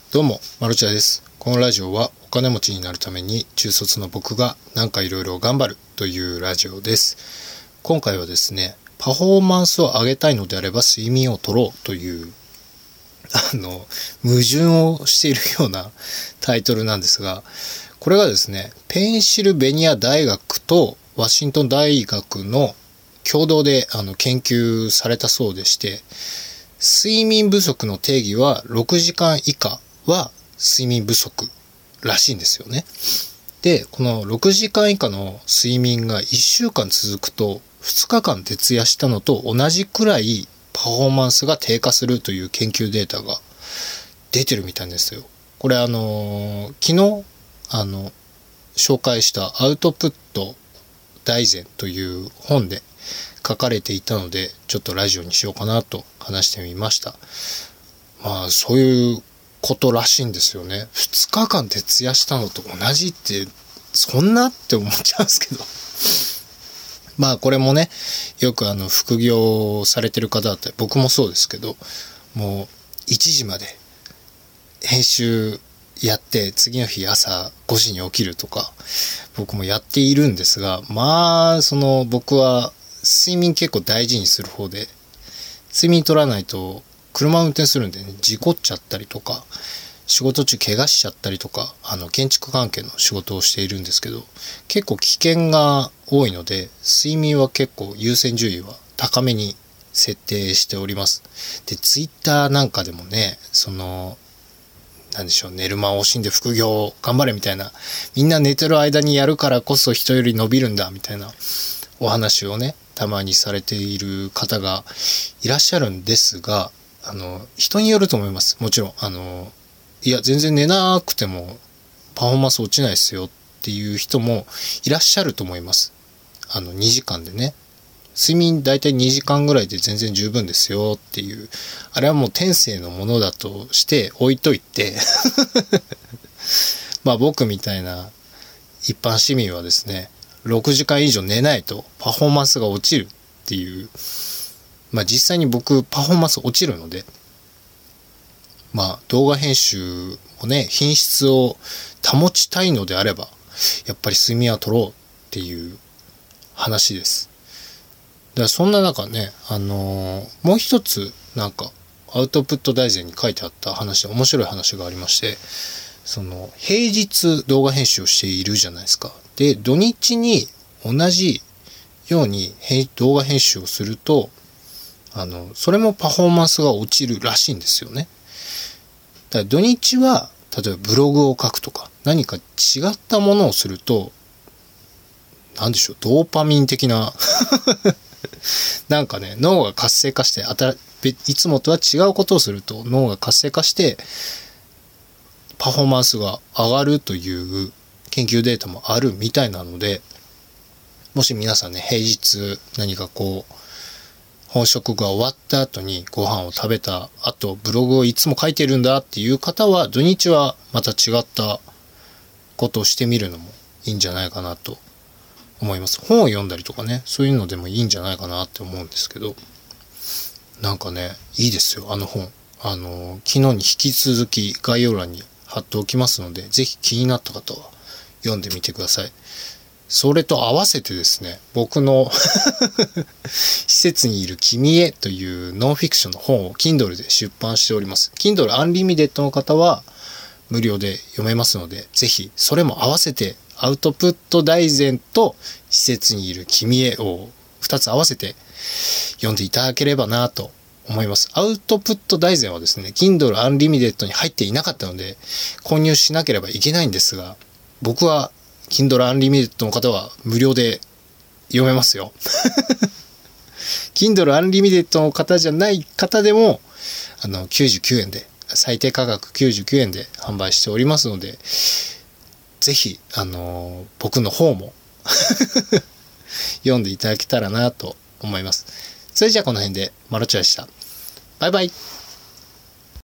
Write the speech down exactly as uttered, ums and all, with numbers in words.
どうも、マルチャです。このラジオはお金持ちになるために中卒の僕がなんかいろいろ頑張るというラジオです。今回はですね、パフォーマンスを上げたいのであれば睡眠をとろうというあの矛盾をしているようなタイトルなんですが、これがですね、ペンシルベニア大学とワシントン大学の共同であの研究されたそうでして、睡眠不足の定義はろくじかん以下は睡眠不足らしいんですよね。で、このろくじかん以下の睡眠がいっしゅうかん続くとふつかかん徹夜したのと同じくらいパフォーマンスが低下するという研究データが出てるみたいですよ。これあの昨日あの紹介したアウトプット大全という本で書かれていたので、ちょっとラジオにしようかなと話してみました。まあそういうことらしいんですよね。ふつかかん徹夜したのと同じってそんなって思っちゃうんですけどまあこれもね、よくあの副業されてる方だったり、僕もそうですけど、もういちじまで編集やって次の日朝ごじに起きるとか僕もやっているんですが、まあその僕は睡眠結構大事にする方で、睡眠取らないと車運転するんでね、事故っちゃったりとか、仕事中怪我しちゃったりとか、あの建築関係の仕事をしているんですけど、結構危険が多いので、睡眠は結構優先順位は高めに設定しております。で、ツイッターなんかでもね、その、なんでしょう、寝る間を惜しんで副業頑張れみたいな、みんな寝てる間にやるからこそ人より伸びるんだみたいなお話をね、たまにされている方がいらっしゃるんですが、あの人によると思います。もちろんあのいや全然寝なくてもパフォーマンス落ちないですよっていう人もいらっしゃると思います。あのにじかんでね、睡眠だいたいにじかんぐらいで全然十分ですよっていう、あれはもう天性のものだとして置いといてまあ僕みたいな一般市民はですね、ろくじかん以上寝ないとパフォーマンスが落ちるっていう、まあ実際に僕パフォーマンス落ちるので、まあ動画編集もね、品質を保ちたいのであればやっぱり睡眠は取ろうっていう話です。だからそんな中ね、あのー、もう一つなんかアウトプット大全に書いてあった話で面白い話がありまして、その平日動画編集をしているじゃないですか。で、土日に同じように動画編集をすると、あのそれもパフォーマンスが落ちるらしいんですよね。だから土日は例えばブログを書くとか何か違ったものをすると、なんでしょう、ドーパミン的ななんかね、脳が活性化して、いつもとは違うことをすると脳が活性化してパフォーマンスが上がるという研究データもあるみたいなので、もし皆さんね、平日何かこう本職が終わった後にご飯を食べた後ブログをいつも書いてるんだっていう方は、土日はまた違ったことをしてみるのもいいんじゃないかなと思います。本を読んだりとかね、そういうのでもいいんじゃないかなって思うんですけど、なんかね、いいですよ、あの本。あの昨日に引き続き概要欄に貼っておきますので、ぜひ気になった方は読んでみてください。それと合わせてですね、僕の施設にいる君へというノンフィクションの本を Kindle で出版しております。Kindle Unlimited の方は無料で読めますので、ぜひそれも合わせてアウトプット大全と施設にいる君へをふたつ合わせて読んでいただければなと思います。アウトプット大全はですね、Kindle Unlimited に入っていなかったので購入しなければいけないんですが、僕は Kindle Unlimited の方は無料で読めますよKindle Unlimited の方じゃない方でもあのきゅうじゅうきゅうえんで、最低価格きゅうじゅうきゅうえんで販売しておりますので、ぜひあの僕の方も読んでいただけたらなと思います。それじゃあこの辺でマロチャでした。バイバイ。